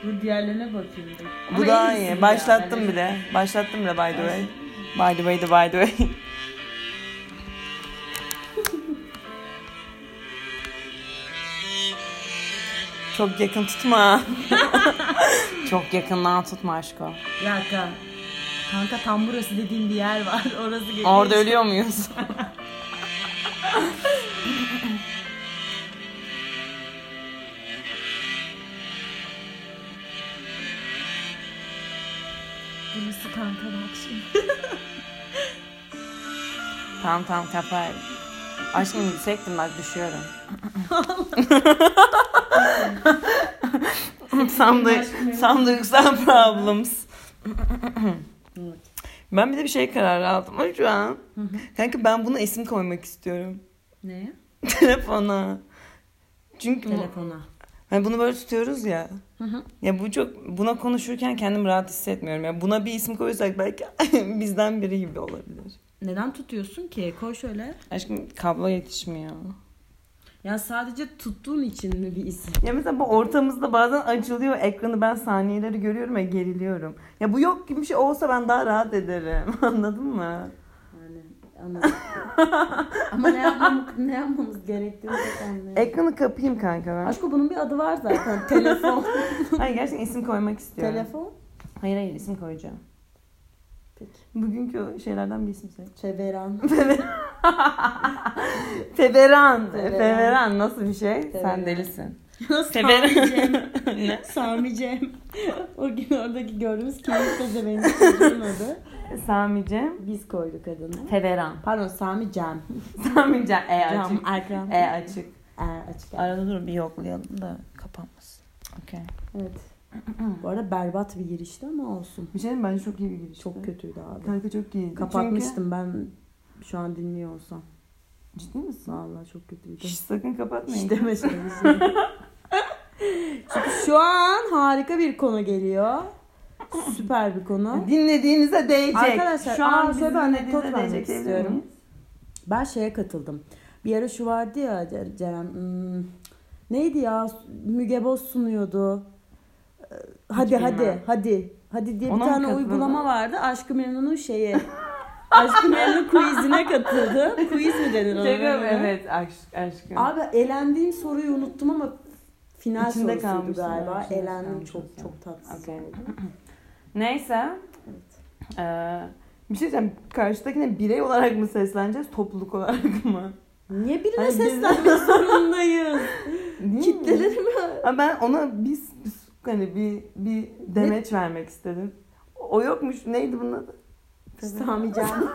Bu diğerlerine bakayım. Bu daha iyi. Başlattım bile. Başlattım bile by the way. By the way. Çok yakın tutma. Çok yakından tutma aşko. Ya kanka tam burası dediğim bir yer var. Orası geliyor. Orada ölüyor muyuz? Burası kanka bak şimdi. Tamam kapat. Aşkım yüksektim bak düşüyorum. Some duygusal problems. Ben bir de bir şey kararı aldım ama şu an. Kanka ben buna isim koymak istiyorum. Neye? Telefona. Çünkü telefona. Hani bunu böyle tutuyoruz ya. Ya bu çok buna konuşurken kendimi rahat hissetmiyorum. Ya buna bir isim koysak belki bizden biri gibi olabilir. Neden tutuyorsun ki? Koy şöyle. Aşkım kablo yetişmiyor. Ya sadece tuttuğun için mi bir isim? Ya mesela bu ortamızda bazen açılıyor ekranı, ben saniyeleri görüyorum ve geriliyorum. Ya bu yok gibi bir şey olsa ben daha rahat ederim. Anladın mı? Yani anladım. Ama ne yapmamız gerektiğini pek anlayamadım. Ekranı kapayım kanka ben. Aşkım bunun bir adı var zaten. Telefon. Hayır gerçekten isim koymak istiyorum. Telefon? Hayır isim koyacağım. Peki. Bugünkü şeylerden bir isim seç. Feveran. Feveran nasıl bir şey? Feveran. Sen delisin. Sami Cem. Ne? Sami Cem. O gün oradaki gördüğümüz kimlik pezevenk çocuğun adı. Sami Cem. Biz koyduk adını. Feveran. Pardon Sami Cem. Sami Cem. Açık. Ekran. Açık. Açık. Arada dur bir yoklayalım da kapanmasın. Okay. Evet. Bu arada berbat bir girişti ama olsun. Bir şey diyeyim, bence çok iyi bir giriş. Çok kötüydü abi. Kanka çok iyiydi. Kapatmıştım çünkü... ben şu an dinliyor olsam. Ciddi misin? Vallahi çok kötüydü. Hiç sakın kapatmayın. Hiç deme şey. Çünkü şu an harika bir konu geliyor. Süper bir konu. Dinlediğinize değecek. Arkadaşlar şu an şöyle ben not dinlediğinize vermek istiyorum. Ben şeye katıldım. Bir ara şu vardı ya Ceren. Neydi ya? Müge Boz sunuyordu. Hadi diye bir tane uygulama vardı. Aşk-ı Memnun'un şeyi. Aşk-ı Memnun quizine katıldı. Quiz mi denir ona? Evet aşkım. Abi elendiğim soruyu unuttum ama final İçinde sorusuydu galiba. Elendim çok tatsız oldu. Neyse. Evet. Bir şey diyeceğim. Karşıdakine birey olarak mı sesleneceğiz, topluluk olarak mı? Niye birine seslenmek zorundayız? Kitleleri mi? Ben ona bir demeç vermek istedim. O yokmuş. Neydi bunun adı? Sami Cem.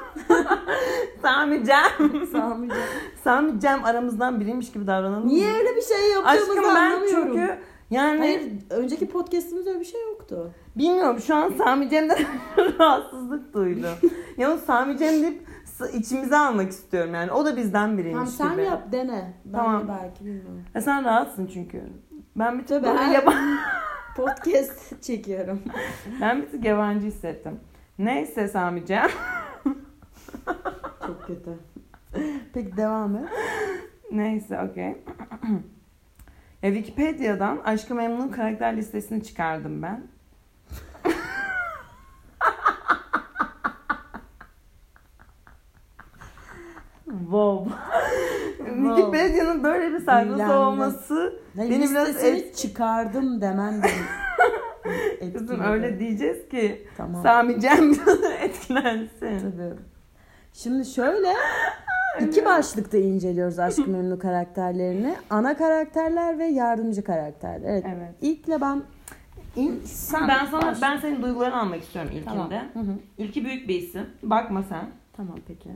Sami Cem aramızdan biriymiş gibi davranalım. Niye öyle bir şey yaptığımızı anlamıyorum. Çünkü yani... Hayır, önceki podcast'ımızda öyle bir şey yoktu. Bilmiyorum, şu an Sami Cem'den rahatsızlık duydum. Ya o Sami Cem deyip içimize almak istiyorum yani. O da bizden biriymiş tamam, gibi. sen yap, dene. Ben belki bilmiyorum. Sen rahatsın çünkü. Ben bir tık podcast çekiyorum. Ben bir tık yabancı hissettim. Neyse Sami Cem. Çok kötü. Peki devam et. Neyse okey. Wikipedia'dan Aşk-ı Memnun karakter listesini çıkardım ben. Wow. Wikipedia'nın böyle bir sayfası olması beni biraz çıkardım demen beni. Kızım öyle diyeceğiz ki tamam. Sami Cem biraz etkilensin. Tabii. Şimdi şöyle 2 başlıkta inceliyoruz Aşk-ı Memnu karakterlerini. Ana karakterler ve yardımcı karakterler. Evet. İlkle ben senin duygularını almak istiyorum ilkinde. Tamam. İlki büyük bir isim. Bakma sen. Tamam peki.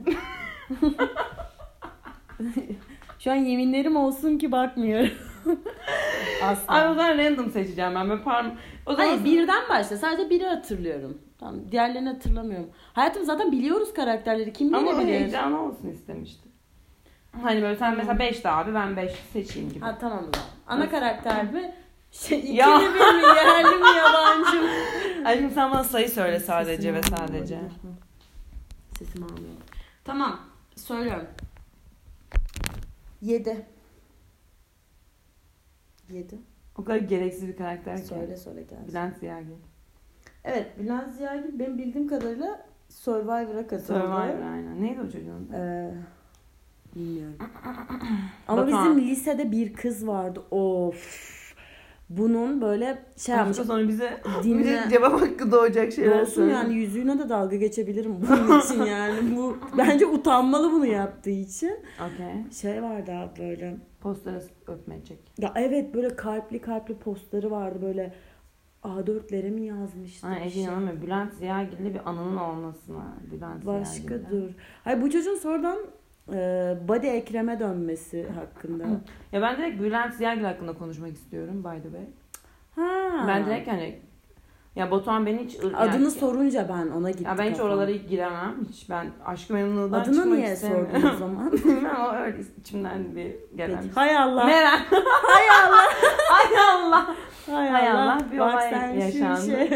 Şu an yeminlerim olsun ki bakmıyorum. Asla. Ay o zaman random seçeceğim ben. Hayır birden başla. Sadece biri hatırlıyorum. Tamam, diğerlerini hatırlamıyorum. Hayatım zaten biliyoruz karakterleri. Kim bilebilir? Ama heyecanlı olsun istemiştim. Hani böyle sen mesela 5 de abi ben 5 seçeyim gibi. Ha tamam o zaman. Ana karakter mi? İkili bir mi? Yerli mi yabancı mı? Aşkım sen bana sayı söyle sadece ve sadece. Sesimi almıyorum. Tamam. Söylüyorum. 7. O kadar gereksiz bir karakter ki. Söyle gelsin. Bülent Ziyagil. Evet, Bülent Ziyagil benim bildiğim kadarıyla Survivor'a katıldı. Survivor aynen. Neydi o çocuğun? Bilmiyorum. Ama bizim lisede bir kız vardı. Of. Bunun böyle şey yapmış. Sonra bize cevap hakkı doğacak şeyler. Olsun yani, yüzüğüne de dalga geçebilirim bunun için yani. Bu bence utanmalı bunu yaptığı için. Okay. Şey vardı abi böyle. Postlara öpmeyecek. Ya evet, böyle kalpli postları vardı böyle. A4'lere mi yazmıştı? Ege inanamıyorum. Bülent Ziyagil'li bir anının olmasına. Başka dur. Hayır, bu çocuğun sonradan Body Ekrem'e dönmesi hakkında. Ya ben direkt Bülent Ziyagil hakkında konuşmak istiyorum by the way. Ha. Ben direkt hani ya Batuhan beni hiç adını sorunca ben ona gittim. Ya ben hiç oralara giremem. Hiç ben Aşk-ı Memnu'dan adını çıkmak niye sordun o zaman? Bilmem, o öyle içimden bir gelen. Peki. Hay Allah. Meral. Hay Allah. Hay Allah. Hay Allah. Bir bak olay yaşandı.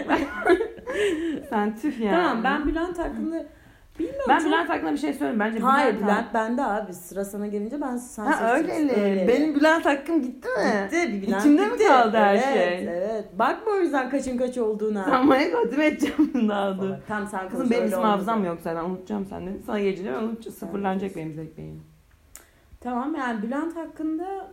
Sen tüh yani. Tamam, ben Bülent hakkında bilmiyorum. Ben Bülent hakkında bir şey söyleyeyim. Bence hayır, Bülent bende abi. Sıra sana gelince ben öyle. Benim Bülent hakkım gitti mi? Gitti. Bülent İçimde gitti. mi kaldı her şey? Evet. Bakma o yüzden kaçın kaç olduğuna. Sen bana kadim edeceğim daha dur. Tamam, sen kızım, benim isim hafızam yok zaten. Unutacağım senden. Sana geleceğim, unutacağım. Sıfırlanacak benim zevk beynim. Tamam, yani Bülent hakkında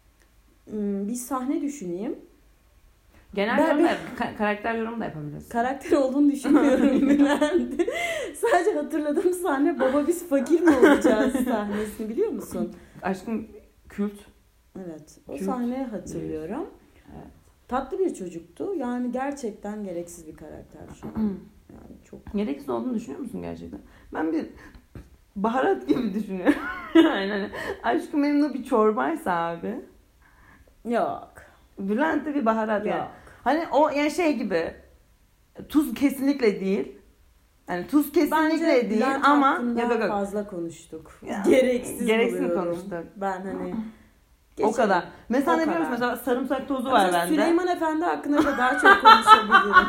bir sahne düşüneyim. Genel yorum da karakter yorum da yapabiliriz. Karakter olduğunu düşünmüyorum Bülent. Sadece hatırladığım sahne baba biz fakir mi olacağız sahnesini biliyor musun? Aşkım kült. Evet. O sahneyi hatırlıyorum. Evet. Tatlı bir çocuktu. Yani gerçekten gereksiz bir karakter şu an. Yani çok gereksiz olduğunu düşünüyor musun gerçekten? Ben bir baharat gibi düşünüyorum. Yani hani Aşk-ı Memnu bir çorbaysa abi. Yok. Bülent de bir baharat yok. Yani. Hani o yani şey gibi. Tuz kesinlikle değil. Yani tuz kesinlikle bence değil Bülent ama yok. Fazla konuştuk. Ya, gereksiz konuştuk. Ben hani o kadar. Mesela ne biliyor musun? Mesela sarımsak tozu var bende. Süleyman Efendi hakkında da daha çok konuşabilirim.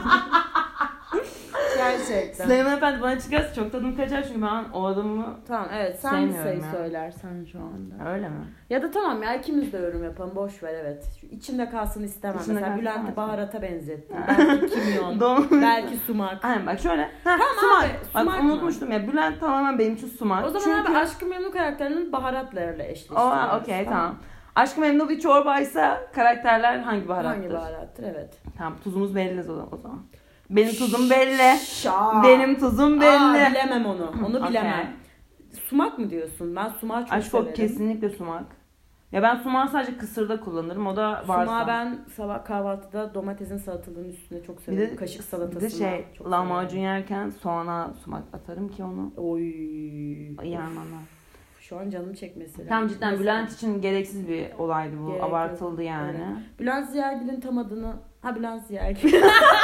Gerçekten. Süleyman Efendi bana çıkarsa çok tadım kaçar çünkü ben o adamı tamam, evet, sen bir sayı söylersen şu anda. Öyle mi? Ya da tamam ya, ikimiz de yorum yapalım, boş ver, evet. Şu içimde kalsın istemem. İçinde mesela Bülent'i baharata benzettim. Belki kimyon, belki sumak. Aynen bak şöyle. Tamam sumak. abi, sumak bak, unutmuştum ya. Bülent tamamen benim için sumak. O zaman çünkü... abi Aşk-ı Memnu karakterinin baharatlarıyla eşleştiriyoruz. Okey tamam. Aşk-ı Memnu bir çorbaysa karakterler hangi baharattır? Hangi baharattır, evet. Tamam, tuzumuz belli o zaman. Benim tuzum belli. Benim tuzum belli. Bilemem onu. Onu bilemem. Sumak mı diyorsun? Ben sumağı çok severim. Aşk kesinlikle sumak. Ya ben sumağı sadece kısırda kullanırım. O da varsa. Sumağı ben sabah kahvaltıda domatesin salatalığının üstüne çok severim. Kaşık salatasına. Bir de lahmacun yerken soğana sumak atarım ki onu. Oy. Yarmanlar. Şu an canım çekmesi. Tam cidden Bülent için gereksiz bir olaydı bu. Gerek abartıldı yani. Evet. Bülent Ziyagil'in tam adını... Bülent Ziyagil.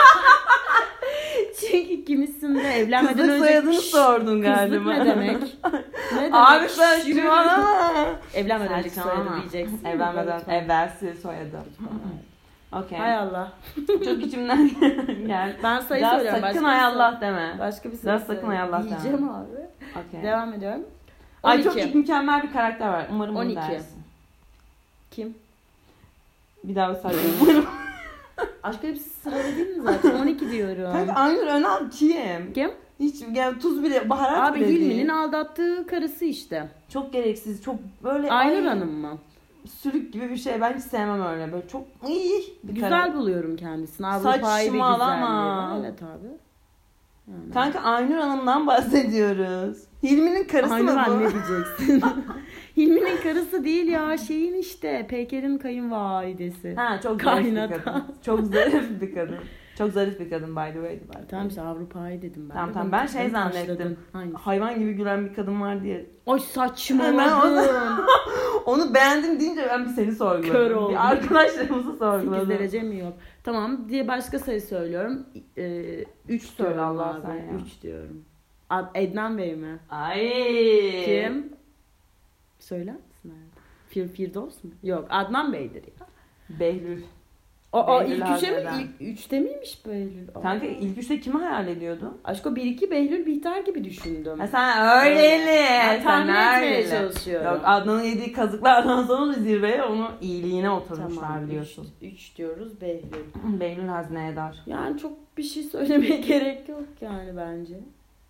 Çünkü kimisinde evlenmeden kızlık önce... soyadını sordun galiba. Kızlık ne demek? Ne demek? Abi sen şu an evlenmeden önceki soyadı diyeceksin. Evlenmeden evvelsi soyadı. Okay. Hay Allah. Çok içimden geldi. Ben sayı söylüyorum. Sakın hay Allah deme. Başka bir sayı sakın hay Allah deme. Diyeceğim abi. Okay. Devam ediyorum. 12. Ay çok mükemmel bir karakter var. Umarım 12. bunu dersin. Kim? Bir daha söyleyeyim. Umarım. Aşk hepsi sırada değil mi zaten? 12 diyorum. Kanka Aynur Önal kim? Kim? Hiç yani tuz bile, baharat abi, bile değil. Hilmi'nin aldattığı karısı işte. Çok gereksiz, çok böyle... Aynur Hanım mı? Sürük gibi bir şey. Ben hiç sevmem öyle. Böyle çok iyi bir güzel karakter. Buluyorum kendisini. Avrupa'yı bir Saçmalama. Evet abi. Yani. Kanka Aynur Hanım'dan bahsediyoruz. Hilmi'nin karısı Aynur mı bu? anne diyeceksin. Hilmi'nin karısı değil ya. Şeyin işte. Peker'in kayınvalidesi. Ha, çok zarif bir kadın. Çok zarif bir kadın. Çok zarif bir kadın by the way. Tamam işte Avrupa'yı dedim ben. Tamam ben şey zannettim. Hayvan gibi gülen bir kadın var diye. Ay saçmaladım. Onu beğendim deyince ben bir seni sorguladım. Kör oldum. Bir arkadaşlarımızı sorguladım. 8 derece mi yok? Tamam diye başka sayı söylüyorum. 3 söyle Allah sen ya. 3 diyorum. Ednan Bey mi? Ay. Kim? Söyler misin? Firdos mu? Yok, Adnan Bey'dir ya. Behlül. Behlül ilk üçe mi? Haznedar. İlk üçte miymiş Behlül? Kanka ilk üçte kimi hayal ediyordun? Aşko 1-2 Behlül Bihter gibi düşündüm. Ha, sen öyleli. Ben tahmin Sen etmeye öyleli. çalışıyorum. Yok, Adnan'ın yediği kazıklardan sonra zirveye onu iyiliğine oturmuşlar Tamam, biliyorsun. 3 diyoruz Behlül. Behlül Haznedar. Yani çok bir şey söylemeye gerek yok yani bence.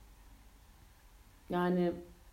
Yani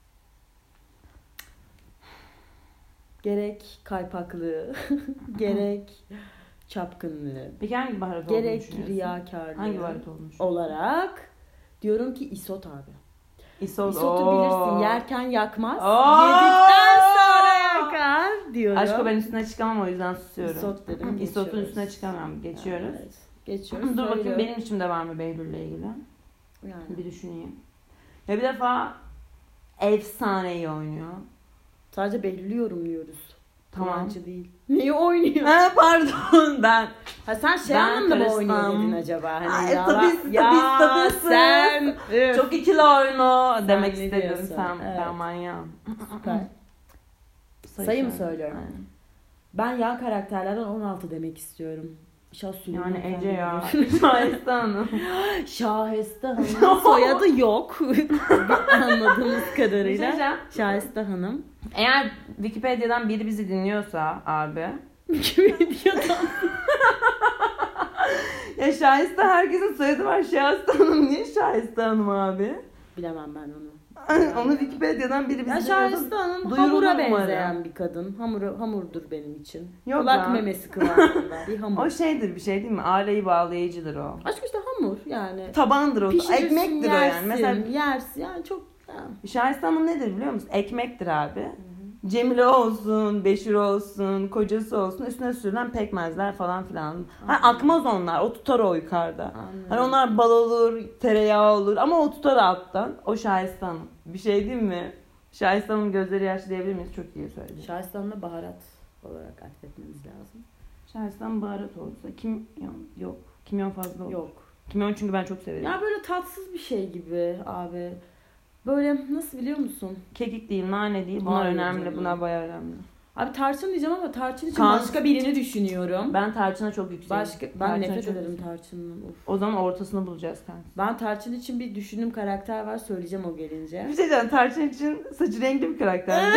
gerek kaypaklığı, gerek çapkınlığı, Peki hangi baharat olduğunu gerek düşünüyorsun? riyakarlığı Hangi baharat olduğunu düşünüyorsun? olarak diyorum ki isot abi. İsot. İsotu bilirsin, yerken yakmaz, Oo! yedikten sonra yakar diyorum. Aşko ben üstüne çıkamam, o yüzden susuyorum. İsot dedim, İsotun geçiyoruz. üstüne çıkamam. Geçiyoruz. Evet, geçiyoruz. Dur bakayım Söylüyorum. benim içimde var mı Behlül'le ilgili? Yani. Bir düşüneyim. Ya bir defa efsane iyi oynuyor. Sadece Behlül'ü yorumluyoruz. Tamam. Kıvancı değil. Neyi oynuyor? Ha pardon ben. Ha sen şey Ben anlamda mı karıştım. oynuyor dedin acaba? Hani Ay, ya, tabii, ya tabii. sen Çok ikili oyunu demek ne istedim. diyorsun? Sen Evet. ben manyağım. süper. Sayı mı söylüyorum? Aynen. Ben yan karakterlerden 16 demek istiyorum. Yani Ece ya. Şahiste Hanım. Şahiste Hanım'ın soyadı yok. Anladığımız Bir şey kadarıyla. diyeceğim. Şahiste Hanım. Eğer Wikipedia'dan biri bizi dinliyorsa abi. Wikipedia'dan. Ya Şahiste herkesin soyadı var. Şahiste Hanım niye Şahiste Hanım abi? Bilemem ben onu. Onu Wikipedia'dan biri bizi Ya dinliyorsa Şahiste Hanım duyurulur hamura umarım. benzeyen bir kadın. Hamurdur benim için. Yok Kulak lan. memesi kıvamında bir hamur. O şeydir, bir şey değil mi? Aileyi bağlayıcıdır o. Aşk işte hamur yani. Tabandır o. Pişirirsin, Ekmektir o yani. Mesela yersin yani çok... Yani. Şahiste Hanım nedir biliyor musun? Ekmektir abi. Cemile olsun, Beşir olsun, kocası olsun, üstüne sürülen pekmezler falan filan. Hani akmaz onlar, o tutar o yukarıda. Anladım. Hani onlar bal olur, tereyağı olur ama o tutar alttan. O Şahiste Hanım. Bir şey diyeyim mi? Şahiste Hanım gözleri yaşlı diyebilir miyiz? Çok iyi söyledi. Şahiste Hanım'da baharat olarak atfetmemiz lazım. Şahiste Hanım baharat olsa. Kimyon yok. Kimyon fazla olur. Yok. Kimyon çünkü ben çok severim. Ya böyle tatsız bir şey gibi abi. Böyle nasıl biliyor musun? Kekik değil, nane değil. Bunlar Hayır önemli. canım. Bunlar bayağı önemli. Abi tarçın diyeceğim ama tarçın için Kan- başka birini düşünüyorum. Ben tarçına çok yükseğim. Ben Tarçına nefret çok ederim yükseğim. tarçından. Of. O zaman ortasını bulacağız kanka. Ben tarçın için bir düşündüğüm karakter var, söyleyeceğim o gelince. Bir şey diyeceğim. Tarçın için saçı renkli bir karakter.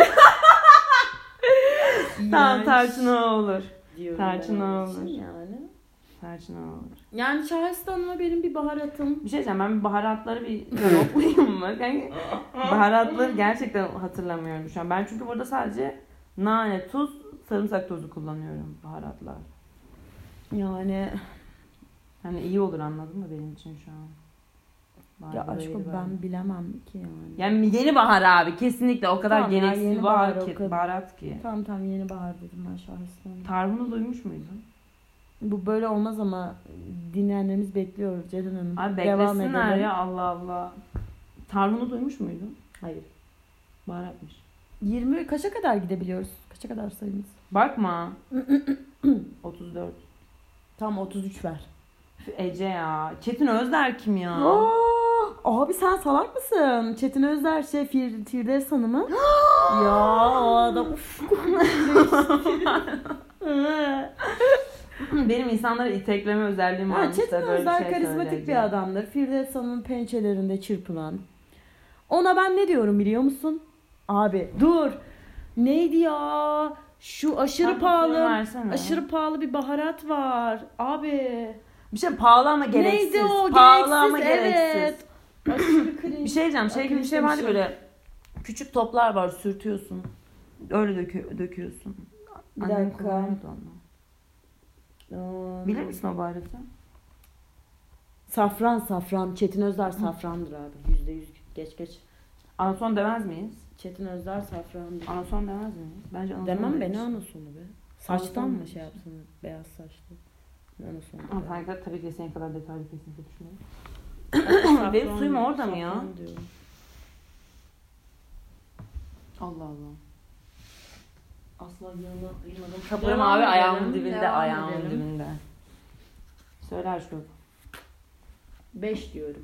Tamam, Tarçın o olur. Diyorum Tarçın ben onun olur. için yani. Tarçın o olur. Yani Şahiste Hanım'a benim bir baharatım. Bir şey diyeceğim. Ben bir baharatları bir okuyayım mı? Yani baharatları gerçekten hatırlamıyorum şu an. Ben çünkü burada sadece nane, tuz, sarımsak tozu kullanıyorum baharatlar. Yani Hani iyi olur, anladın mı benim için şu an? ya Baharat aşkım yeri ben bilemem ki yani. Yani yeni bahar abi, kesinlikle o kadar Tamam ya, gereksiz yeni bahar bahar, ki, o kadar. baharat ki. Tamam yeni bahar dedim ben Şahiste Hanım. Tarhunu duymuş muydun? Bu böyle olmaz ama dinleyenlerimiz bekliyor Ceylan Hanım. Abi Devam beklesinler edelim. ya, Allah Allah. Tarhunu duymuş muydun? Hayır. Baharatmış. 20 kaça kadar gidebiliyoruz? Kaça kadar sayımız? Bakma. 34. Tam 33 ver. Ece ya. Çetin Özder kim ya? Abi sen salak mısın? Çetin Özder Firdevs Hanım'ı. Ya o adam Benim insanlara itekleme özelliğim varmış Çetin da böyle Özder şey karizmatik söyleyeceğim. bir adamdır. Firdevs Hanım'ın pençelerinde çırpılan. Ona ben ne diyorum biliyor musun? Abi dur. Neydi ya? Şu aşırı Sen pahalı. ipucu versene. Aşırı pahalı bir baharat var. Abi. Bir şey pahalı ama gereksiz. Neydi o? Pahalı ama Gereksiz, gereksiz. evet. Aşırı cringe. Bir şey diyeceğim. Şey gibi bir şey vardı, böyle küçük toplar var, sürtüyorsun. Öyle döküyorsun. Bir Annem dakika. kullanıyordu onu. Bilir misin o baharatı? Safran. Çetin Özder safrandır abi. %100 geç. Anason demez miyiz? Çetin Özder safrandır. Anason demez miyiz? Bence anason Demem deriz. be, ne anasonu be. Saçtan mı Anason şey yapsın, beyaz saçlı. Ne anasonu Ama be. kanka tabii ki senin kadar detaylı kesinlikle düşünüyorum. Safran Benim suyum diyorum, orada mı ya? safran diyorum. Allah Allah. Asla yanılmadım. Kapırım Devam abi, edelim, ayağımın dibinde, devam ayağımın edelim. dibinde. Söyle aşkım. 5 diyorum.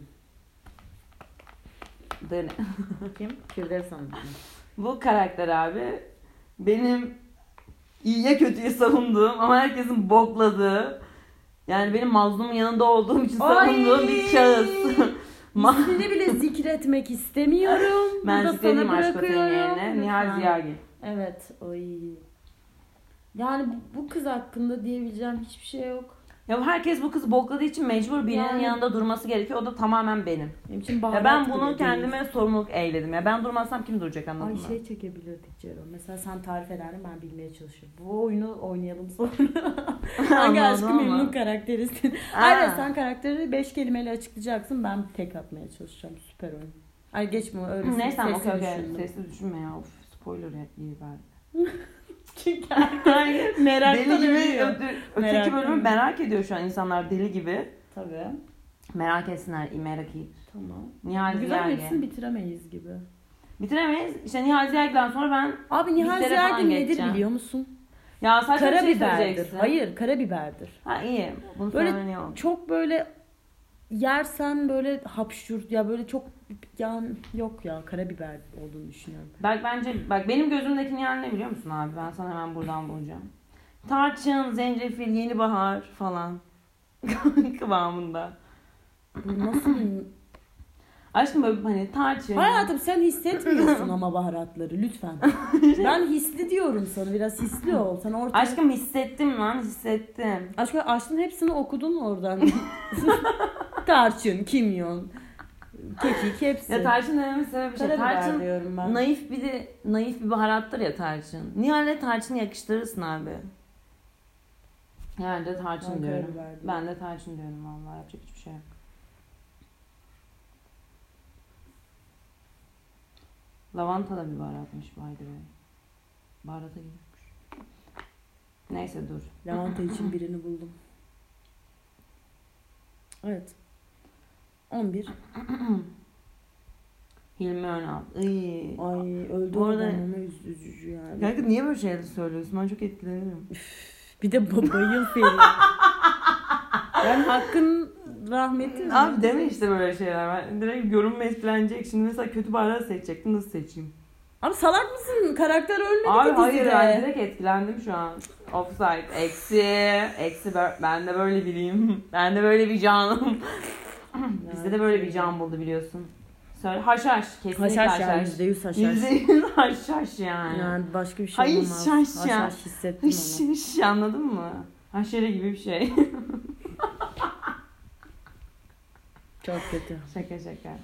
Dene. Kim? Firdevs Hanım. Bu karakter abi benim iyiye kötüye savunduğum ama herkesin bokladığı Yani benim mazlumun yanında olduğum için savunduğum bir şahıs. İsmini bile zikretmek istemiyorum. Ben Burada zikredeyim sana aşk o senin bırakıyorum. yerine. Nihal Lütfen. Ziyagil. Evet. Oy. Yani bu kız hakkında diyebileceğim hiçbir şey yok. Ya herkes bu kızı bokladığı için mecbur birinin Yani- yanında durması gerekiyor. O da tamamen benim. Benim için Ya baharat ben bile bunu değil. kendime sorumluluk eyledim. Ya ben durmazsam kim duracak, anladın Ay mı? şey çekebilirdik Cero. Mesela sen tarif ederdin, ben bilmeye çalışıyorum. Bu oyunu oynayalım sonra. Hangi Aşk-ı Anladım Memnun ama. karakterisin? Aa. Aynen, sen karakteri 5 kelimeyle açıklayacaksın. Ben tek atmaya çalışacağım. Süper oyun. Ay geçme öyle. Neyse ama sesli okey. düşündüm. Sesli düşünme ya. Of, spoiler iyi verdi. Çünkü meraktan Deli gibi ölüyor. öteki Meraktan bölümü ölüyor. merak ediyor şu an insanlar deli gibi. Tabii. Merak etsinler, merak et. Tamam. Nihal Güzel, Ziyagil. hepsini bitiremeyiz gibi. Bitiremeyiz. İşte Nihal Ziyagil'den sonra ben Abi Nihal Bizlere falan Ziyagil nedir geçeceğim. biliyor musun? ya saçma bir şey Karabiberdir. söyleyeceksin. Hayır, karabiberdir. Ha iyi. Bunu Böyle söylemen iyi oldu. çok böyle yersen böyle hapşur ya, böyle çok yani yok ya, karabiber olduğunu düşünüyorum. Bak benim gözümdeki Nihal ne biliyor musun abi? Ben sana hemen buradan bulacağım. Tarçın, zencefil, yeni bahar falan kıvamında. Bu nasıl bir... Aşkım böyle hani tarçın. Hayatım sen hissetmiyorsun ama baharatları lütfen. Ben hisli diyorum sana, biraz hisli ol. Sen ortaya... Aşkım hissettim lan, hissettim. Aşkım açtın hepsini okudun oradan. Tarçın, kimyon, kekik hepsi. Ya tarçın dememin sebebi şey. Karabiber Tarçın diyorum ben. naif bir baharattır ya tarçın. Nihal'e tarçını yakıştırırsın abi. Yani de tarçın Ben diyorum. karabiber diyorum. Ben de tarçın diyorum vallahi, yapacak hiçbir şey yok. Lavanta da bir baharatmış by the way. Baharata gidiyormuş. Neyse dur. Lavanta için birini buldum. Evet. 11. Hilmi Önal. Iy. Ay öldü Bu arada- adam ama üzücü yani. Kanka niye böyle şeyler söylüyorsun? Ben çok etkilenirim. Bir de bayıl Feri. Ben Hakk'ın rahmeti. Abi deme işte böyle şeyler. Ben direkt yorum etkilenecek. Şimdi mesela kötü baharat seçecektim. Nasıl seçeyim? Abi salak mısın? Karakter ölmedi Abi ki hayır, dizide. ben direkt etkilendim şu an. Offside. Eksi ben de böyle biriyim. Ben de böyle bir canım. Bizde de böyle bir can buldu biliyorsun. Söyle haşhaş. Kesinlikle Haşhaş yani haşhaş. %100 haşhaş. %100 haşhaş yani. Yani başka bir şey Hayır, olmaz. haşhaş ya. Haşhaş hissettim Hış onu. hış, anladın mı? Haşere gibi bir şey. Çok kötü. Şaka şaka.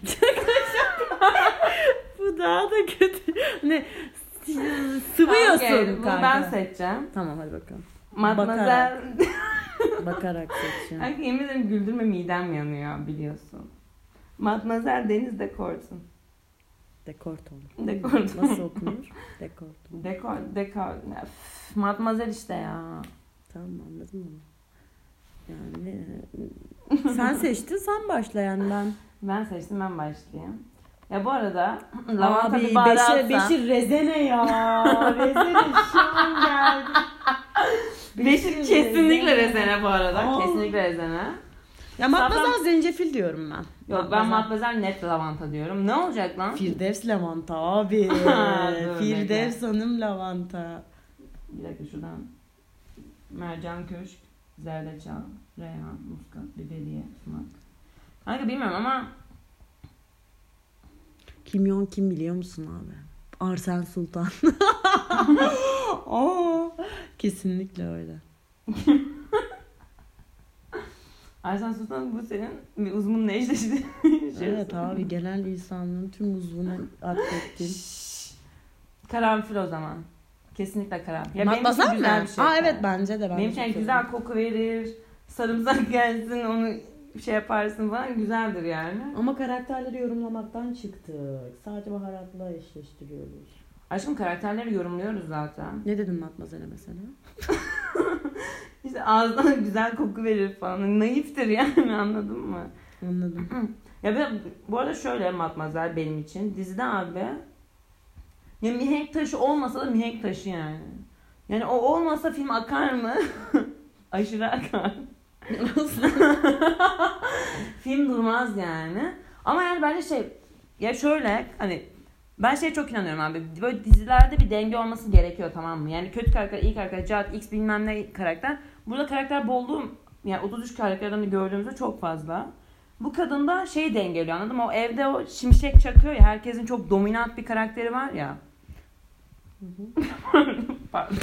Bu daha da kötü. Ne? Sıvıyorsun Okay, bunu kanka. ben seçeceğim. Tamam hadi bakalım. Matmazel. Bakarak seçeceğim. Kanka yemin ederim güldürme, midem yanıyor biliyorsun. Matmazel Deniz Dekortun. Dekort olur. Dekortun. Nasıl okunur? Dekort. Dekor. Matmazel işte ya. Tamam anladım onu. Yani sen seçtin, sen başla yani ben. Ben seçtim, ben başlayayım. Ya bu arada lavanta Abi bir baharatsa. Beşir rezene ya. Rezene şu an geldi. Beşir kesinlikle rezene bu arada. Aa. Kesinlikle rezene. Ya matmazel zencefil diyorum ben. Yok ben matmazel net lavanta diyorum. Ne olacak lan? Firdevs lavanta abi. Dur, Firdevs Hanım lavanta. Bir dakika şuradan. Mercan köşk, zerdeçal, reyhan, muskat, biberiye, sumak. Kanka bilmiyorum ama Kimyon kim biliyor musun abi? Arsen Sultan. Aa, kesinlikle öyle. Aysen Sultan bu senin bir uzvunla eşleşti. Evet abi, genel insanlığın tüm uzvunu atfettin. Karanfil o zaman. Kesinlikle karanfil. Ya benim için Matmazel güzel mi? bir şey. Aa evet bence de. Benim için güzel koku verir. Sarımsak gelsin, onu şey yaparsın falan, güzeldir yani. Ama karakterleri yorumlamaktan çıktık. Sadece baharatla eşleştiriyoruz. Aşkım karakterleri yorumluyoruz zaten. Ne dedim Matmazel'e mesela? İşte ağzından güzel koku verir falan. Naiftir yani, anladın mı? Anladım. Ya ben, bu arada şöyle Matmazel benim için. Dizide abi ya mihenk taşı olmasa da mihenk taşı yani. Yani o olmasa film akar mı? Aşırı akar. Film durmaz yani. Ama yani bence şey, ya şöyle hani ben şeye çok inanıyorum abi. Böyle dizilerde bir denge olması gerekiyor, tamam mı? Yani kötü karakter, iyi karakter, Cihat, X bilmem ne karakter. Burada karakter bolluğu yani 33 karakterden de gördüğümüzde çok fazla. Bu kadın da şeyi dengeliyor, anladın mı? O evde o şimşek çakıyor ya, herkesin çok dominant bir karakteri var ya. Pardon.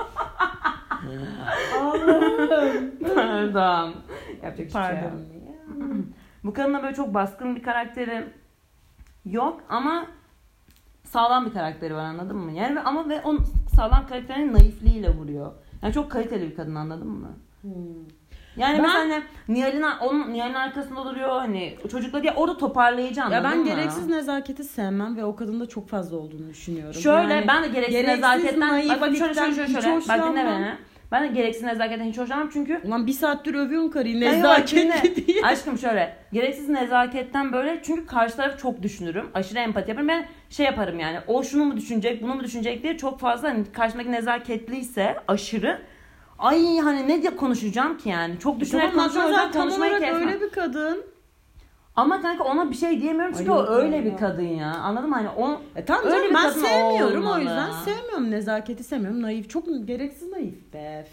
Allah'ım. Pardon. Yapacak hiçbir şey yok. Pardon. Bu kadının böyle çok baskın bir karakteri yok ama sağlam bir karakteri var, anladın mı? Yani ama ve o sağlam karakterinin naifliğiyle vuruyor. Yani çok kaliteli bir kadın, anladın mı? Yani ben hani Nihal'in arkasında duruyor, hani çocukla diye orada toparlayıcı, anladın ya ben mı? gereksiz nezaketi sevmem ve o kadında çok fazla olduğunu düşünüyorum. Şöyle yani, ben de gereksiz nezaketten bak şöyle hiç bak dinle beni. Ben de gereksiz nezaketten hiç hoşlanmam çünkü ulan bir saattir övüyorsun karıyı nezaket diye. Aşkım şöyle gereksiz nezaketten böyle, çünkü karşı tarafı çok düşünürüm. Aşırı empati yaparım. Ben şey yaparım yani, o şunu mu düşünecek bunu mu düşünecek diye çok fazla, hani karşımdaki nezaketliyse aşırı, ay hani ne diye konuşacağım ki yani. Çok düşünerek konuşuyorum. Konuşmayı kesmem. Öyle bir kadın. Ama kanka ona bir şey diyemiyorum çünkü o öyle bir kadın ya. Anladın mı? Hani o tamam öyle bir ben sevmiyorum olmalı. O yüzden sevmiyorum, nezaketi sevmiyorum. Naif, çok gereksiz naif be.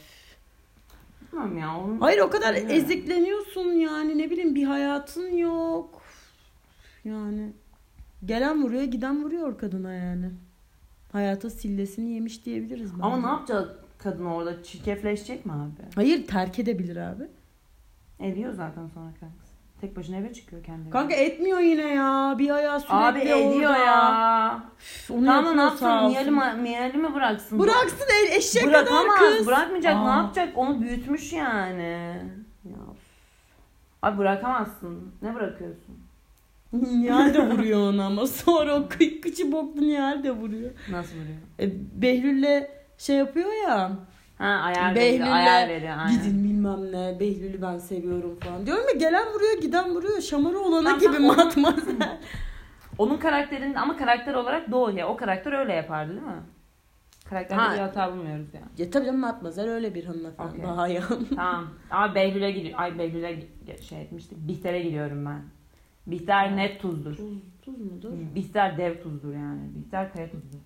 Tamam ya. Hayır o kadar ezikleniyorsun yani, ne bileyim bir hayatın yok. Yani gelen vuruyor, giden vuruyor kadına yani. Hayata sillesini yemiş diyebiliriz bence. Ama ne yapacak kadın orada? Çirkefleşecek mi abi? Hayır, terk edebilir abi. Ediyor zaten sonra kanka. Tek başına eve çıkıyor kendine. Kanka etmiyor yine ya. Bir ayağı sürekli abi ediyor orada. Ya. Onu tamam ne yapsın? Miyali mi bıraksın? Bıraksın eşek kadar kız. Bırakmayacak. Ne yapacak? Onu büyütmüş yani. Ya. Abi bırakamazsın. Ne bırakıyorsun? Nihal de vuruyor ona ama sonra o kıçı boklu Nihal de vuruyor. Nasıl vuruyor? Behlül'le şey yapıyor ya. Ha ayar veriyor. Gidin bilmem ne. Behlül'ü ben seviyorum falan. Diyorum ya, gelen vuruyor giden vuruyor. Şamarı olana gibi matmazel. Onun karakterinin ama karakter olarak doğru ya. O karakter öyle yapardı değil mi? Karakterde bir hata bulmuyoruz yani. Ya tabii canım, matmazel öyle bir hanımefendi. Okay. Bahayan. Tamam. Ama Behlül'e gidiyor. Ay Behlül'e şey etmiştik. Bihter'e gidiyorum ben. Bihter net tuzdur. Tuz mudur? Bihter dev tuzdur yani. Bihter kaya tuzdur.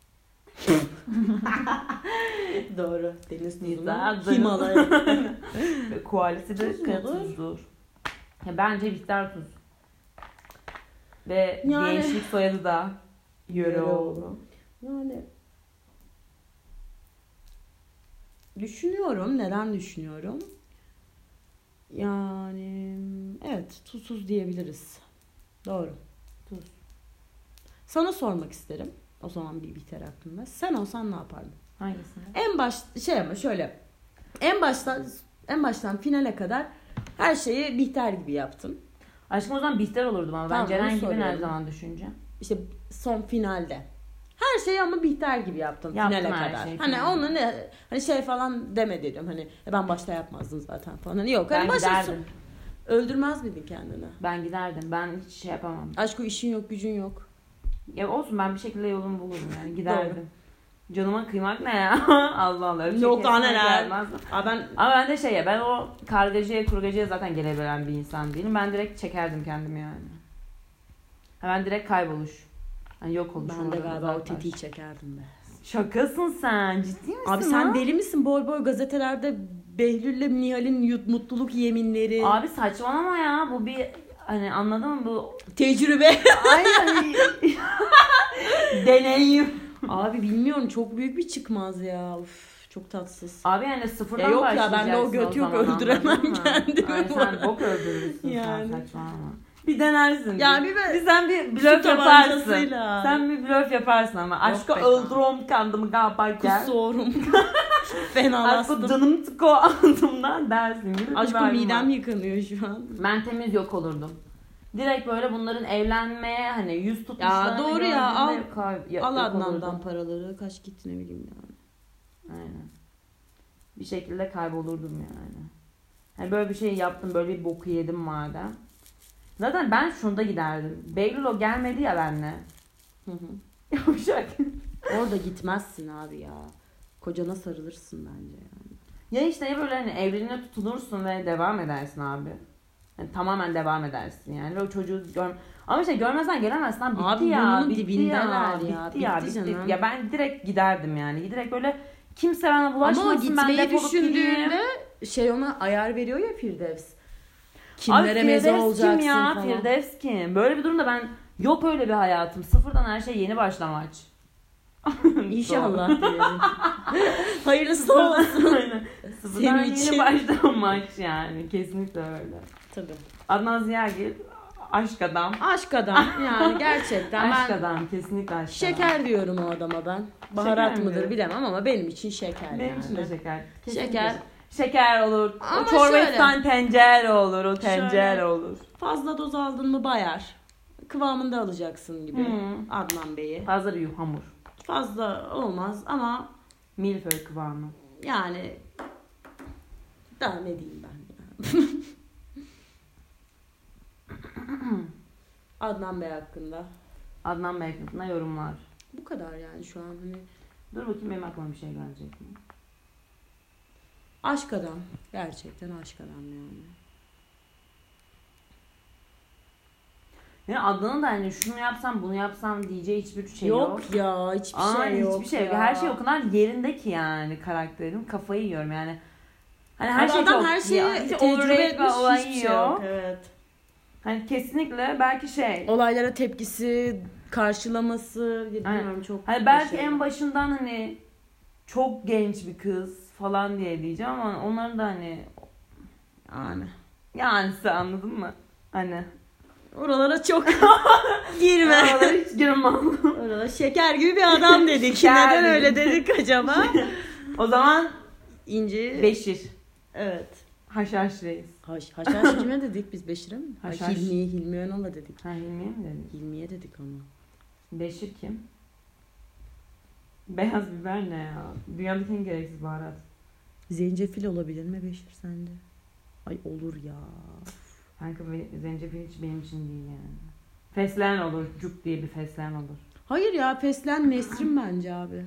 Doğru. Deniz tuzu. Himalaya. Kualisi de kaya tuzdur. Ya bence Bihter tuz. Ve yani, gençlik soyadı da Yöreoğlu. Yani düşünüyorum. Neden düşünüyorum? Yani evet, tuzsuz diyebiliriz. Doğru. Tuz. Sana sormak isterim. O zaman bir Bihter hakkında. Sen olsan ne yapardın? Hangisini? En baştan finale kadar her şeyi Bihter gibi yaptın. Aşkım o zaman Bihter olurdum ama tamam, ben Ceren gibi her zaman düşüneceğim. İşte son finalde. Her şeyi ama Bihter gibi yaptın finale kadar. Hani onu ne hani şey falan deme dedim. Hani ben başta yapmazdın zaten falan. Hani yok. Ben hani giderdim. Öldürmez miydin kendini? Ben giderdim. Ben hiç şey yapamam. Aşk o, işin yok, gücün yok. Ya olsun, ben bir şekilde yolumu bulurum yani. Giderdim. Canıma kıymak ne ya? Allah Allah. Yok neler. Ama ben de şey ya, ben o kargacıya kurgacıya zaten gelebilen bir insan değilim. Ben direkt çekerdim kendimi yani. Ben direkt kayboluş. Hani yok oluş. Ben de galiba o tetiği çekerdim be. Şakasın sen. Ciddi misin? Abi sen deli misin? Boy boy gazetelerde Behlül'le Nihal'in mutluluk yeminleri. Abi saçmalama ya. Bu bir hani, anladın mı bu? Tecrübe. Aynen. Deneyim. Abi bilmiyorum, çok büyük bir çıkmaz ya. Uf, çok tatsız. Abi yani sıfırdan yok başlayacaksın. Ya bende o göt yok, öldüremem kendimi. Ay sen bok öldürürsün yani. Sen, saçmalama. Bir denersin. Yani sen bir blöf yaparsın. Sen bir blöf yaparsın ama. Aşkı öldürüyorum kendimi galiba gel. Kusuyorum. Fenalaştım. Aşkı canım tıko aldığımdan dersin. Aşkı midem yıkanıyor şu an. Ben temiz yok olurdum. Direkt böyle bunların evlenmeye hani yüz tutmuşlarını. Ya doğru ya, al Adnan'dan olurdum. Paraları kaç gitti ne bileyim yani. Aynen. Bir şekilde kaybolurdum yani. Yani böyle bir şey yaptım, böyle bir boku yedim madem. Zaten ben şunda giderdim. Behlül o gelmedi ya benimle. Yavşak. Orada gitmezsin abi ya. Kocana sarılırsın bence yani. Ya işte ya böyle hani evliliğine tutunursun ve devam edersin abi. Yani tamamen devam edersin yani. O çocuğu ama işte görmezsen gelemezsin abi. Bitti abi, ya. Bitti ya. Bitti. Ya ben direkt giderdim yani. Direkt böyle kimse bana bulaşmasın. Ama o gitmeyi düşündüğünde şey ona ayar veriyor ya Firdevs. Kimlere meze olacaksın kim ya? falan. Firdevs kim? Böyle bir durumda ben yok öyle bir hayatım. Sıfırdan her şey yeni başlamaç. İnşallah diyelim. Hayırlısı olsun. Aynen. Sıfırdan yeni başlamaç yani. Kesinlikle öyle. Tabii. Adnan Ziyagil aşk adam. Aşk adam yani gerçekten. Aşk ben adam, kesinlikle aşk şeker adam. diyorum o adama ben. Baharat Şeker mıdır mi? bilemem ama benim için şeker. Benim yani. için de şeker. Kesinlikle. Şeker. Şeker olur. Ama o çorba şöyle. isten tencere olur. O tencere Şöyle. olur. Fazla doz aldın mı bayar. Kıvamında alacaksın gibi Hı. Adnan Bey'i. Fazla bir hamur. Fazla olmaz ama Milföy kıvamı. yani daha ne diyeyim ben ya. Adnan Bey hakkında. Adnan Bey hakkında yorumlar. Bu kadar yani şu an hani. Dur bakayım benim aklıma bir şey gelecek mi? Aşk adam. Gerçekten aşk adam yani. Yani Adnan'ın da hani şunu yapsam bunu yapsam diyeceği hiçbir şey yok. Yok ya hiçbir şey Aynen, yok. hiçbir şey yok. ya. Her şey o kadar yerinde ki yani karakterin. Kafayı yiyorum yani. Hani her Abi şey adam çok her şeyi hiç tecrübe overrate etmiş bir olay hiçbir şey yok. yok. Evet. Hani kesinlikle belki şey. Olaylara tepkisi, karşılaması bilmiyorum çok. Hani belki başarılı. en başından hani çok genç bir kız falan diye diyeceğim ama onların da hani yani sen anladın mı? Hani oralara çok girme. oralara hiç girmem. Oralara şeker gibi bir adam dedik. Şeker Neden gibi. öyle dedik acaba? O zaman İnci. Beşir. Evet. Haşhaş Reis. Haşhaş kime dedik biz Beşir'e mi? Haşhaş. Hilmi Önal'a dedik. Ha Hilmi'ye mi dedin? Hilmi'ye dedik onu. Beşir kim? Beyaz biber ne ya? Dünyadaki en gereksiz baharat. Zencefil olabilir mi Beşir sende? Ay olur ya. Kanka zencefil hiç benim için değil yani. Fesleğen olur. Cuk diye bir fesleğen olur. Hayır ya fesleğen Nesrin bence abi.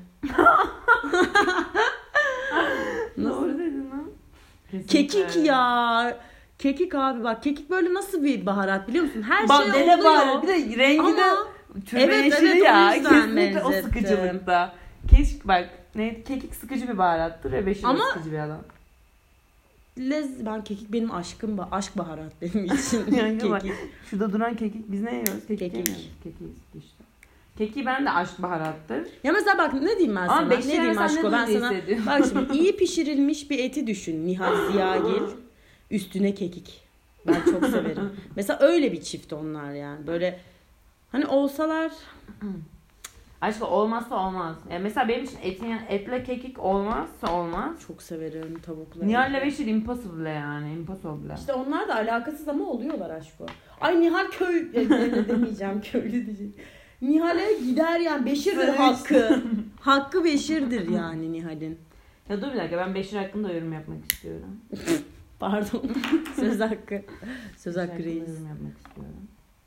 Doğru dedin lan. Kekik ya. Kekik abi bak. Kekik böyle nasıl bir baharat biliyor musun? Her Bak, şey dede oluyor. baharat. Bir de rengi Ama de türbe evet, yeşili evet, o ya. yüzden Kesinlikle o benzettim. sıkıcılıkta. Bak kekik sıkıcı bir baharattır ve Beşir Ama- sıkıcı bir adam. ben kekik benim aşkım aşk baharat benim için. Yani bak, Kekik. şurada duran kekik biz ne yiyoruz? Kekik. Kekik. Yemiyoruz. Kekiğiz işte. Kekiği ben de aşk baharattır. Ya mesela bak ne diyeyim ben Ama sana? Ne Beşir'e diyeyim sen aşko ne ben duygu sana. hissediyorsun? Bak şimdi iyi pişirilmiş bir eti düşün. Nihal Ziyagil üstüne kekik. Ben çok severim. Mesela öyle bir çift onlar yani. Böyle hani olsalar Aşkı olmazsa olmaz. Yani mesela benim için etle kekik olmazsa olmaz. çok severim tavukları. Nihal'le Beşir impossible yani. Impossible. İşte onlar da alakasız ama oluyorlar aşko. Ay Nihal öyle demeyeceğim köylü diyeceğim. Nihal'e gider yani Beşir'dir hakkı. Hakkı Beşir'dir yani Nihal'in. Ya dur bir dakika ben Beşir hakkında yorum yapmak istiyorum. Pardon. Söz hakkı. Söz Beşir hakkı hakkında reis. yorum yapmak istiyorum.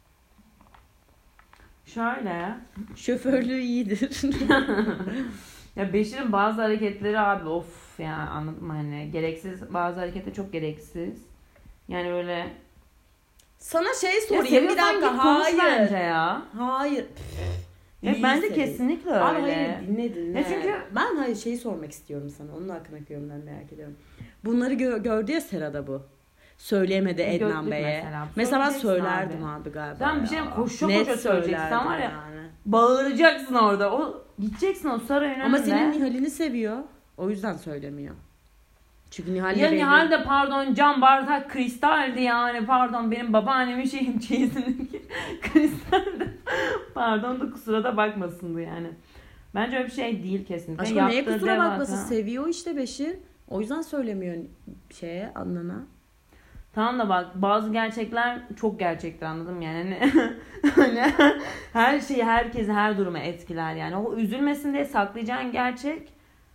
Şöyle. Şoförlüğü iyidir. Ya Beşir'in bazı hareketleri abi of ya anladın mı hani gereksiz bazı hareketler çok gereksiz. Yani böyle Sana şey ya sorayım bir seviyorsan dakika. git konuş Hayır. bence ya. Hayır. Ya İyi bence seviyor. kesinlikle öyle. Abi hayır dinle. Ya çünkü ben hayır şeyi sormak istiyorum sana. Onun hakkındaki yorumlarını merak ediyorum. Bunları gördü ya Serada bu. Söyleyemedi Ednan Gördük Bey'e. mesela. Mesela ben Söyleyeceksin söylerdim abi galiba. Sen bir şey ya. koşa Net koşa söyleyeceksin. Sen var ya yani. bağıracaksın orada. O gideceksin o sarayın önünde. Ama senin Nihal'ini seviyor. O yüzden söylemiyor. Çünkü Nihal'le ya belli- Nihal de pardon cam bardak kristaldi yani pardon benim babaannemin şeyin çeyizindeki kristaldi. Pardon da kusura da bakmasındı yani. Bence öyle bir şey değil kesinlikle. Aşkım neye Yaptığı kusura devasa- bakması seviyor işte Beşir. O yüzden söylemiyor şeye Adnan'a. Tamam da bak bazı gerçekler çok gerçektir anladım yani. Hani her şeyi herkesi her duruma etkiler yani. O üzülmesin diye saklayacağın gerçek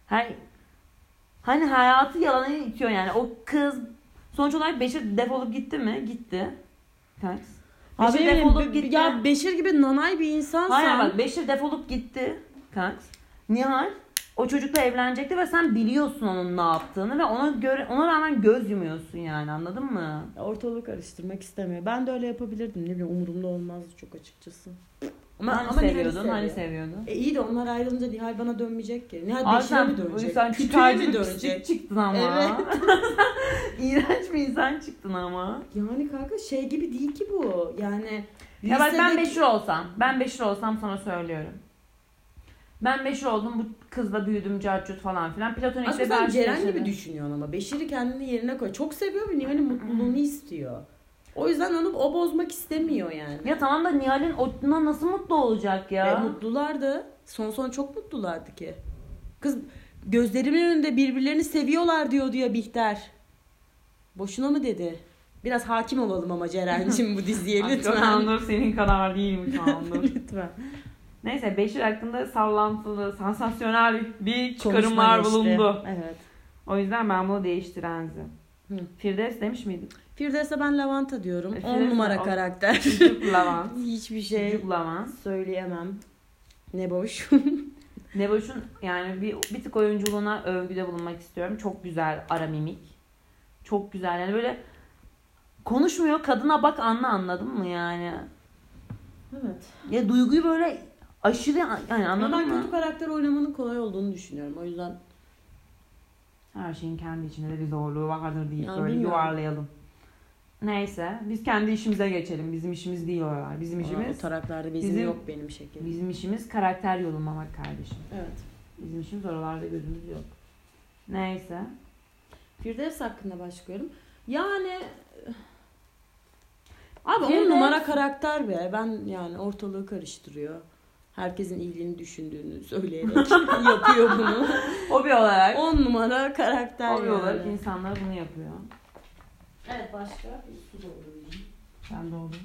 hani hayatı yalana itiyor yani. O kız sonuç olarak Beşir defolup gitti mi? Gitti. Ters. Abi Beşir defolup gitti. ya Beşir gibi nanay bir insansan. Hayır bak Beşir defolup gitti. Kanks. Nihal o çocukla evlenecekti ve sen biliyorsun onun ne yaptığını ve ona rağmen göz yumuyorsun yani anladın mı? Ortalığı karıştırmak istemiyor. Ben de öyle yapabilirdim. Ne bileyim umurumda olmazdı çok açıkçası. Hani seviyordun, hani seviyordun. İyi de onlar ayrılınca Nihal bana dönmeyecek ki. Nihal Abi Beşir'e mi sen dönecek? Kütüğe mi dönecek? Çıktın ama. Evet. İğrenç bir insan çıktın ama. Yani kanka şey gibi değil ki bu. Yani ya bak ben Beşir olsam sana söylüyorum. Ben Beşir oldum, bu kızla büyüdüm, carcut falan filan. Platonik aslında sen Ceren gibi düşünüyorsun ama. Beşir'i kendini yerine koy. Çok seviyor ve Nihal'in mutluluğunu istiyor. O yüzden onu o bozmak istemiyor yani. Ya tamam da Nihal'in onunla nasıl mutlu olacak ya? Mutlulardı. Son çok mutlulardı ki. Kız gözlerimin önünde birbirlerini seviyorlar diyordu ya Bihter. Boşuna mı dedi? Biraz hakim olalım ama Ceren'cim bu diziye lütfen. Andur senin kadar değilmiş Andur. Lütfen. Neyse Beşir hakkında sallantılı, sansasyonel bir çıkarımlar bulundu. Evet. O yüzden ben bunu değiştirendim. Firdevs demiş miydik? Firdevs'e ben Lavanta diyorum. 10 numara karakter. Çocuk Lavant. Hiçbir şey Çocuk Lavant. söyleyemem. Ne boş. Neboş'un yani bir tık oyunculuğuna övgüde bulunmak istiyorum. Çok güzel ara mimik. Çok güzel. Yani böyle konuşmuyor, kadına bak anladın mı yani? Evet. Ya duyguyu böyle aşırı yani anladın mı? Ben kötü karakter oynamanın kolay olduğunu düşünüyorum. O yüzden her şeyin kendi içinde de bir zorluğu vardır deyip yani böyle bilmiyorum. yuvarlayalım. Neyse biz kendi işimize geçelim. Bizim işimiz değil oralar. Bizim işimiz... O taraklarda bizim yok benim şekerim. Bizim işimiz karakter yolunlamak kardeşim. Evet. Bizim işimiz oralarda gözümüz yok. Neyse. Firdevs hakkında başlıyorum. Yani abi 10 numara karakter be. Ben yani ortalığı karıştırıyor. Herkesin iyiliğini düşündüğünü söyleyerek yapıyor bunu. Hobi olarak. 10 numara karakter. Hobi olarak insanlar bunu yapıyor. Evet başka bir su doldurayım. Ben doldurayım.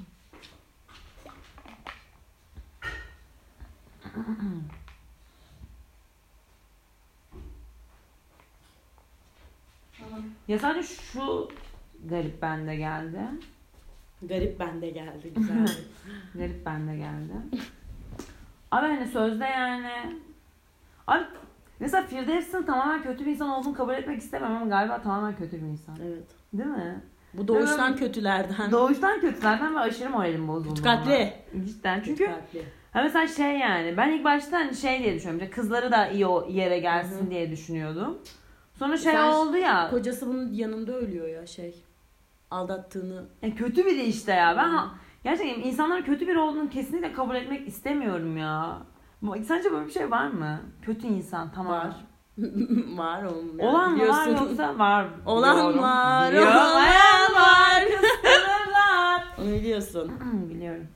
Ya sadece şu garip bende geldi. Garip bende geldi güzel. Garip bende geldi. Abi hani sözde yani. Abi mesela Firdevs'in tamamen kötü bir insan olduğunu kabul etmek istemem ama galiba tamamen kötü bir insan. Evet. Değil mi? Bu doğuştan kötülerden. Doğuştan kötülerden ve aşırı moralim bozuldu. Tutkatli. Cidden çünkü ha mesela şey yani ben ilk başta hani şey diye düşünüyorum. Kızları da iyi o yere gelsin Hı-hı. diye düşünüyordum. Sonra şey oldu ya. Kocası bunun yanında ölüyor ya aldattığını. Kötü biri işte ya. Ben gerçekten insanların kötü biri olduğunu kesinlikle kabul etmek istemiyorum ya. Sence böyle bir şey var mı? Kötü insan tamam. Var. Var oğlum. Yani. Olan mı var yoksa var. Olan biliyorum. var. Olan var. Kıskanırlar. Onu biliyorsun. Biliyorum.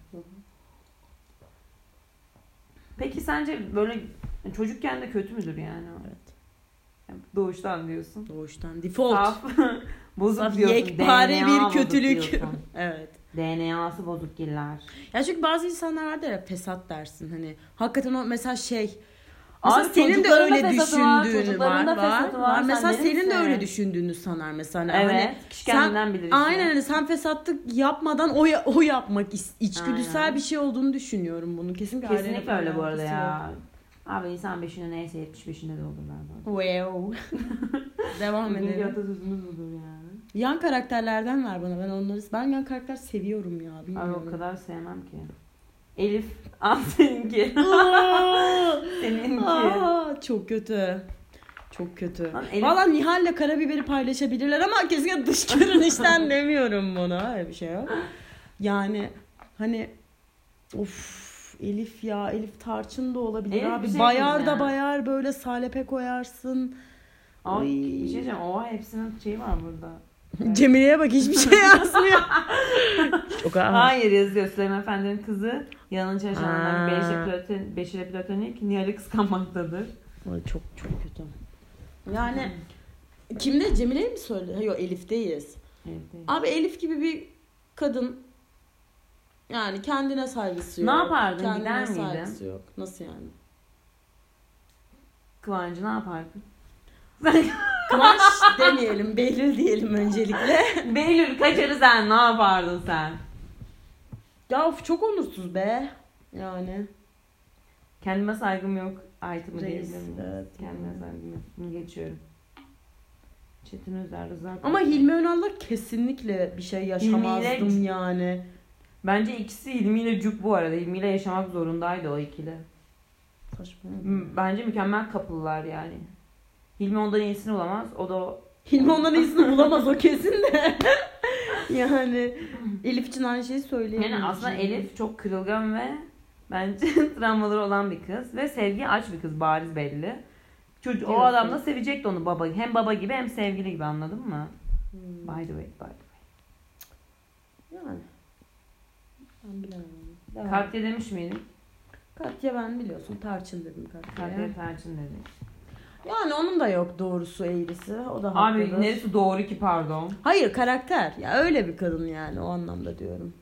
Peki sence böyle çocukken de kötü müdür yani? Evet. Yani doğuştan diyorsun. Doğuştan. Default. Saf, bozuk diyorsun. Yekpare DNA bir kötülük. diyorsun. Evet. DNA'sı bozuk giller. Ya çünkü bazı insanlar vardır ya fesat dersin hani. Hakikaten o mesela mesela abi, senin de öyle düşündüğünü var. Mesela senin de öyle düşündüğünü sanar mesela. Evet. Hani kişi kendinden bilir. Aynen hani sen fesatlık yapmadan o yapmak içgüdüsel bir şey olduğunu düşünüyorum bunu. Kesinlikle öyle bu arada ya. Abi insan 5'inde neyse 75'inde de olur galiba. Wow. Devam edelim. Bilgi atasözümüz budur yani. Yan karakterlerden ver bana. Ben yan karakter seviyorum ya. Bilmiyorum. Abi o kadar sevmem ki. Elif. Seninki. Seninki. Çok kötü. Çok kötü. Elif... Valla Nihal'le Karabiberi paylaşabilirler ama kesinlikle dış görünüşten demiyorum buna. Öyle bir şey yok. Yani hani Elif tarçın da olabilir Elif abi. Şey bayar da bayar böyle salepe koyarsın. Ay. Bir şey diyeceğim. Hepsinin şeyi var burada. Evet. Cemile'ye bak hiçbir şey yazmıyor. Hayır yazıyor. Süleyman Efendi'nin kızı yanın çalışanlardan Beşir'e platonik Nihal'i kıskanmaktadır. Çok kötü. Yani kimde? Cemile'yi mi söyledi? Yok Elif'teyiz. Abi Elif gibi bir kadın yani kendine saygısı yok. Ne yapardın? Kendine gider miydin? saygısı yok. Nasıl yani? Kıvancı ne yapardın? Kıvanç demeyelim. Behlül diyelim öncelikle. Behlül kaçarı sen. Ne yapardın sen? Ya çok onursuz be. Yani. Kendime saygım yok. Item'ı değil. Evet. Kendime saygım yok. Bunu geçiyorum. Çetin Özer, Rıza. Ama Hilmi Önal'la kesinlikle bir şey yaşamazdım Hilmi'yle... yani. Bence ikisi Hilmi ile Cuk bu arada. Hilmi ile yaşamak zorundaydı o ikili. Saçma. Bence mükemmel couple'lar yani. Hilmi ondan iyisini bulamaz. O da Hilmi ondan iyisini bulamaz o kesin de. Yani Elif için aynı şeyi söyleyemem. Yani aslında Elif çok kırılgan ve bence travmaları olan bir kız. Ve sevgiye aç bir kız, bariz belli. Çocuk, o adam da sevecekti onu baba. Hem baba gibi hem sevgili gibi, anladın mı? By the way. Yani. Ben bilemem. Katya demiş miydik? Katya ben biliyorsun tarçın dedim Katya'ya. Katya tarçın dedik. Yani onun da yok doğrusu eğrisi. O da Abi haklıdır. neresi doğru ki, pardon? Hayır, karakter. Ya öyle bir kadın yani, o anlamda diyorum.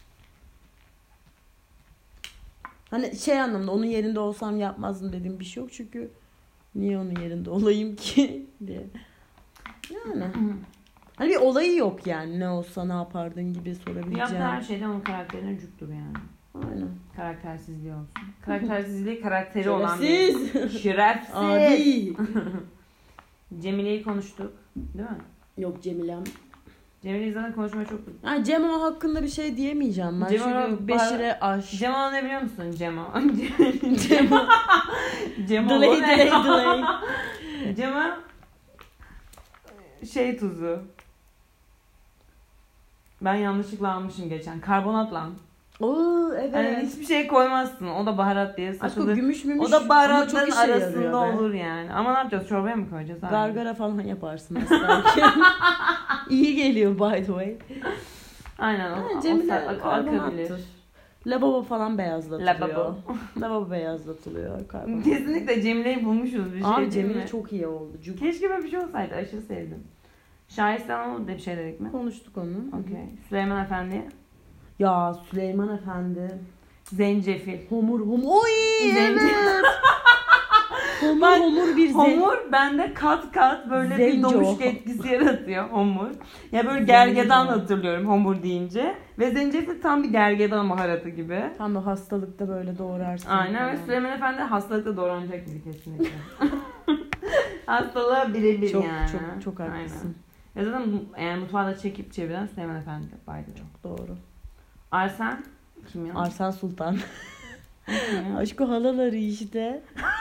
Hani şey anlamda, onun yerinde olsam yapmazdım dediğim bir şey yok çünkü niye onun yerinde olayım ki diye. Yani. Hani bir olayı yok yani, ne olsa ne yapardın gibi sorabileceğim. Yaptığı her şeyden onun karakterine cuktur yani. Aynen. Karaktersizliği olsun. Karaktersizliği karakteri olan bir. Şerefsiz. Şerefsiz. Adi. Cemile'yi konuştuk. Değil mi? Yok Cemilem. Cemile'yi zaten konuşmaya çok... Yani Cemo hakkında bir şey diyemeyeceğim ben. Cemo- Çünkü Beşir'e aş. Cemo ne biliyor musun? Cemo. Cemo. Cemo Delay. Cemo şey tuzu. Ben yanlışlıkla almışım geçen. Karbonat lan. Oo evet. Yani hiçbir şey koymazsın. O da baharat diye Aşkım satılır. gümüş O mümüş. da baharatların ama çok işe arasında yarıyor be. olur yani. Ama ne yapacağız? Çorbaya mı koyacağız? Abi? Gargara falan yaparsın mesela. İyi geliyor by the way. Aynen. O Cemile akabilir. karbonattır. Lavabo falan beyazlatılıyor. Lavabo. Lavabo beyazlatılıyor. Karbonat. Kesinlikle Cemile'yi bulmuşuz bir şey. Abi değil Cemile mi? çok iyi oldu. Keşke böyle bir şey olsaydı. Aşırı sevdim. Şahistan Hanım'la da bir şey dedik mi? Konuştuk onu. Okey. Süleyman Efendi. Ya Süleyman Efendi. Zencefil. Homur. Oy evet. Bak, homur bir Homur bende kat kat böyle bir Zenco. domuşka etkisi yaratıyor homur. Ya böyle gergedan hatırlıyorum homur deyince. Ve zencefil tam bir gergedan baharatı gibi. Tam da hastalıkta böyle doğrarsın. Aynen ve Süleyman Efendi hastalıkta doğranacak gibi kesinlikle. Hastalığa birebir çok, yani. Çok haklısın. Aynen. Ya zaten yani mutfağı da çekip çeviren Süleyman Efendi. Çok doğru. Arsen kim ya? Arsen Sultan. Aşkı halaları işte.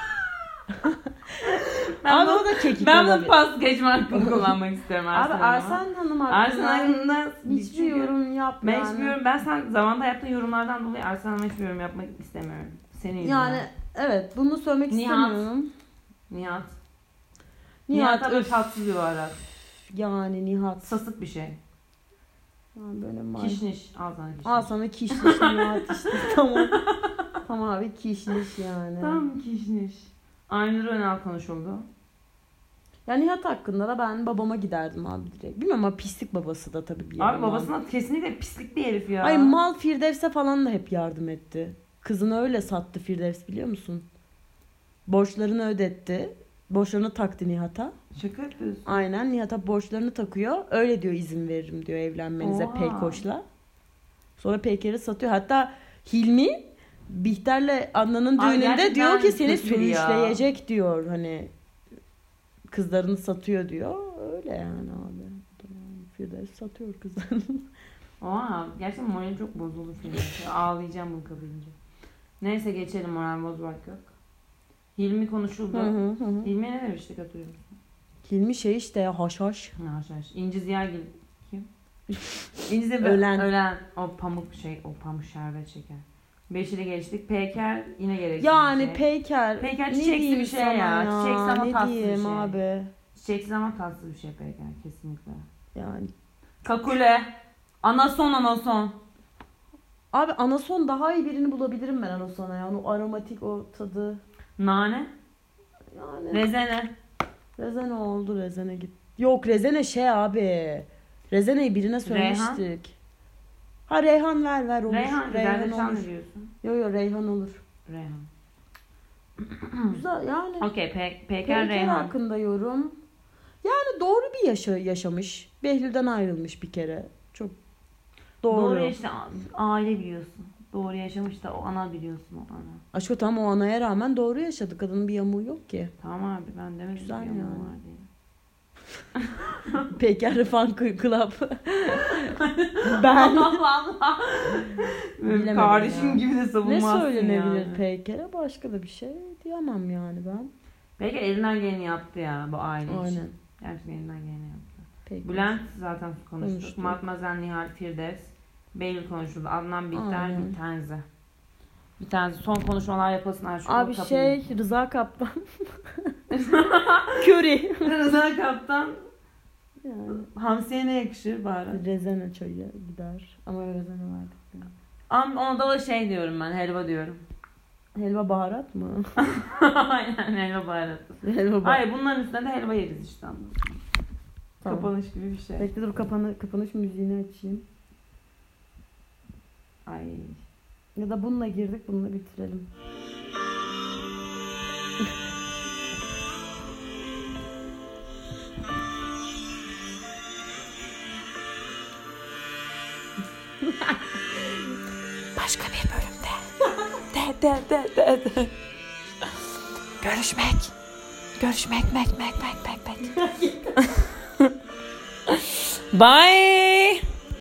Abi o da kekik ben olabilir. bu pas geçme hakkını kullanmak istiyorum Abi Arsen Hanım hakkında Arsen hakkında hiçbir yorum yap ben yani. hiçbir yorum, ben sen zamanında yaptığın yorumlardan dolayı Arsen Hanım'a hiçbir yorum yapmak istemiyorum. Senin yüzünden. Yani evet, bunu söylemek Nihat. istemiyorum. Nihat Nihat böyle tatsız bir baharat. Yani Nihat. Sasık bir şey. Yani böyle Kişniş. Al sana kişniş. Al sana kişniş Nihat işte. Tamam. Tamam abi, kişniş yani. Tam kişniş. Aynur Önal konuşuldu. Yani Nihat hakkında da ben babama giderdim abi direkt. Bilmiyorum ama pislik babası da tabii bir Abi babasına kesinlikle pislik bir herif ya. Ay mal Firdevs'e falan da hep yardım etti. Kızını öyle sattı Firdevs, biliyor musun? Borçlarını ödetti. Borçlarını taktı Nihat'a. Şaka yapıyorsun. Aynen, Nihat'a borçlarını takıyor. Öyle diyor, izin veririm diyor evlenmenize Peykoş'la. Sonra Peyker'i satıyor. Hatta Hilmi Bihter'le Adnan'ın düğününde diyor ki seni sürüşleyecek diyor. Hani kızlarını satıyor diyor. Öyle yani abi. Firdevs satıyor kızlarını. Oha, gerçekten moralim çok bozuldu filmde. Ağlayacağım bunu kapayınca. Neyse geçelim, moral bozmak yok. Hilmi konuşuldu. Hilmi'ye ne demiştik, hatırlıyor musun? Hilmi şey işte ya, haşhaş. Haşhaş. İnci Ziyagil kim? İnci Ziyagil ölen. O pamuk şerbet şeker. Beşili geçtik. Peyker yine gereksiz yani bir şey. Peyker çiçeksi bir şey ya. Çiçeksi ama ne tatsız bir diyeyim şey. abi. Çiçeksiz ama tatsız bir şey Peyker kesinlikle. Yani. Kakule. Anason. Abi anason daha iyi birini bulabilirim ben anasona ya. O aromatik, o tadı. Nane. Yani. Rezene oldu, Rezene git. Yok, Rezene şey abi. Rezene'yi birine söylemiştik. Reyhan. Ha Reyhan ver olur. Reyhan olur. diyorsun. Yo Reyhan olur. Reyhan. Güzel yani. Okey, Peyker Reyhan hakkında yorum. Yani doğru bir yaşamış. Behlül'den ayrılmış bir kere. Çok doğru. işte aile biliyorsun. Doğru yaşamış da o ana biliyorsun, o ana. Aşkım tam o anaya rağmen doğru yaşadı. Kadının bir yamuğu yok ki. Tamam abi, ben demek güzel istiyorum yani. var diye. Peker Fan Club. Ben Allah. Bilemedim Kardeşim ya. gibi de ne savunmazsın söylenebilir yani. Peker'e? Başka da bir şey diyemem yani ben. Peker elinden geleni yaptı ya bu aile için. Aynen. Gerçekten elinden geleni yaptı. Peker. Bülent zaten konuştuk. Konuştuk. Matmazel Nihal Firdevs. Beylül konuşuldu. Adnan Bihter, Aynen. Bitenzi. Bitenzi. Son konuşmalar yapılsınlar. Şu Abi kapıyı. Rıza Kaptan. Curry. Rıza Kaptan. Yani Hamsiye ne yakışır bari? rezene çayı gider. Ama rezene verdik. Ama onda da şey diyorum ben. Helva diyorum. Helva baharat mı? Aynen helva baharatı. Helva baharat. Hayır bunların üstüne de helva yeriz işte. Tamam. Kapanış gibi bir şey. Bekle dur kapanış müziğini açayım. Ay. Ya da bununla girdik, bununla bitirelim. Başka bir bölümde. De. Görüşmek. Bye.